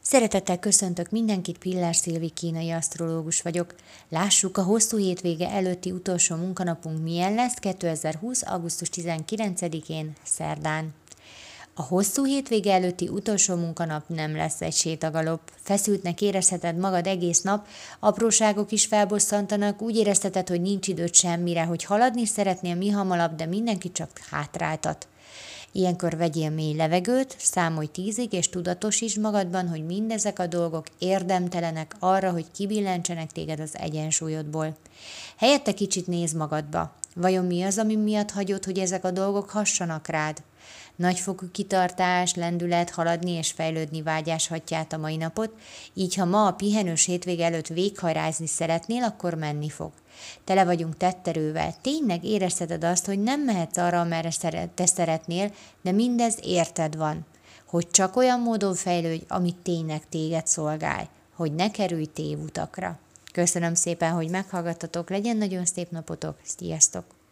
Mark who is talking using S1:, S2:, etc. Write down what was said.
S1: Szeretettel köszöntök mindenkit, Pillár Szilvi kínai asztrológus vagyok. Lássuk, a hosszú hétvége előtti utolsó munkanapunk milyen lesz 2020. augusztus 19-én, szerdán. A hosszú hétvége előtti utolsó munkanap nem lesz egy sétagalop. Feszültnek érezheted magad egész nap, apróságok is felbosszantanak, úgy érezheted, hogy nincs időd semmire, hogy haladni szeretnél mihamarabb, de mindenki csak hátráltat. Ilyenkor vegyél mély levegőt, számolj 10-ig, és tudatosítsd magadban, hogy mindezek a dolgok érdemtelenek arra, hogy kibillentsenek téged az egyensúlyodból. Helyette kicsit nézd magadba. Vajon mi az, ami miatt hagyod, hogy ezek a dolgok hassanak rád? Nagyfokú kitartás, lendület, haladni és fejlődni vágyáshatja át a mai napot, így ha ma a pihenős hétvége előtt véghajrázni szeretnél, akkor menni fog. Tele vagyunk tetterővel, tényleg érezheted azt, hogy nem mehetsz arra, amerre te szeretnél, de mindez érted van. Hogy csak olyan módon fejlődj, amit tényleg téged szolgál, hogy ne kerülj tévutakra. Köszönöm szépen, hogy meghallgattatok, legyen nagyon szép napotok, sziasztok!